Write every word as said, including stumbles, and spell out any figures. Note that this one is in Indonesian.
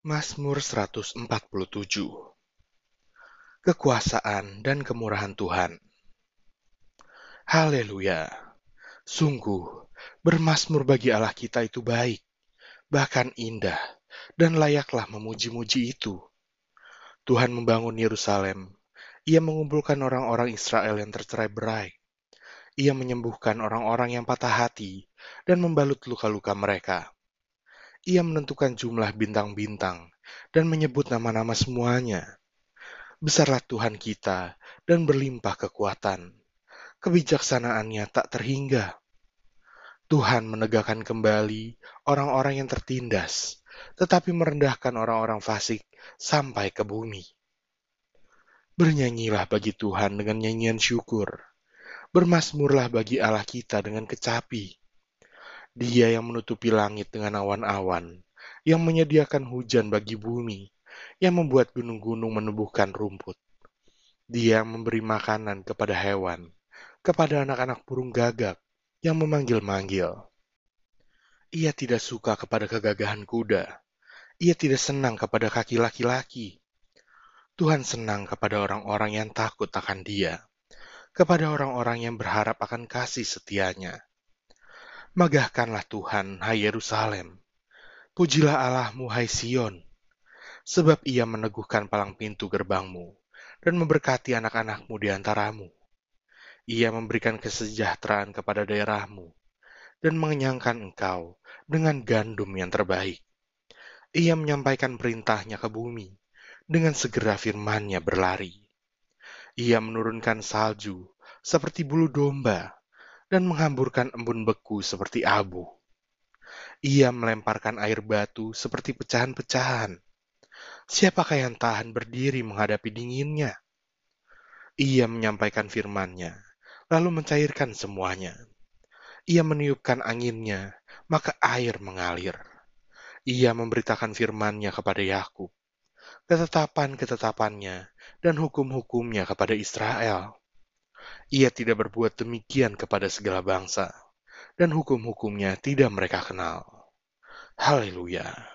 Mazmur seratus empat puluh tujuh. Kekuasaan dan kemurahan Tuhan. Haleluya. Sungguh, bermazmur bagi Allah kita itu baik, bahkan indah, dan layaklah memuji-muji itu. Tuhan membangun Yerusalem. Ia mengumpulkan orang-orang Israel yang tercerai-berai. Ia menyembuhkan orang-orang yang patah hati dan membalut luka-luka mereka. Ia menentukan jumlah bintang-bintang dan menyebut nama-nama semuanya. Besarlah Tuhan kita dan berlimpah kekuatan. Kebijaksanaannya tak terhingga. Tuhan menegakkan kembali orang-orang yang tertindas, tetapi merendahkan orang-orang fasik sampai ke bumi. Bernyanyilah bagi Tuhan dengan nyanyian syukur. Bermazmurlah bagi Allah kita dengan kecapi. Dia yang menutupi langit dengan awan-awan, yang menyediakan hujan bagi bumi, yang membuat gunung-gunung menumbuhkan rumput. Dia yang memberi makanan kepada hewan, kepada anak-anak burung gagak yang memanggil-manggil. Ia tidak suka kepada kegagahan kuda. Ia tidak senang kepada kaki laki-laki. Tuhan senang kepada orang-orang yang takut akan Dia, kepada orang-orang yang berharap akan kasih setianya. Megahkanlah Tuhan, hai Yerusalem. Pujilah Allahmu, hai Sion, sebab Ia meneguhkan palang pintu gerbangmu dan memberkati anak-anakmu di antaramu. Ia memberikan kesejahteraan kepada daerahmu dan mengenyangkan engkau dengan gandum yang terbaik. Ia menyampaikan perintahnya ke bumi, dengan segera firman-Nya berlari. Ia menurunkan salju seperti bulu domba dan menghamburkan embun beku seperti abu. Ia melemparkan air batu seperti pecahan-pecahan. Siapakah yang tahan berdiri menghadapi dinginnya? Ia menyampaikan firman-Nya, lalu mencairkan semuanya. Ia meniupkan anginnya, maka air mengalir. Ia memberitakan firman-Nya kepada Yakub, ketetapan-ketetapannya dan hukum-hukumnya kepada Israel. Ia tidak berbuat demikian kepada segala bangsa, dan hukum-hukumnya tidak mereka kenal. Haleluya.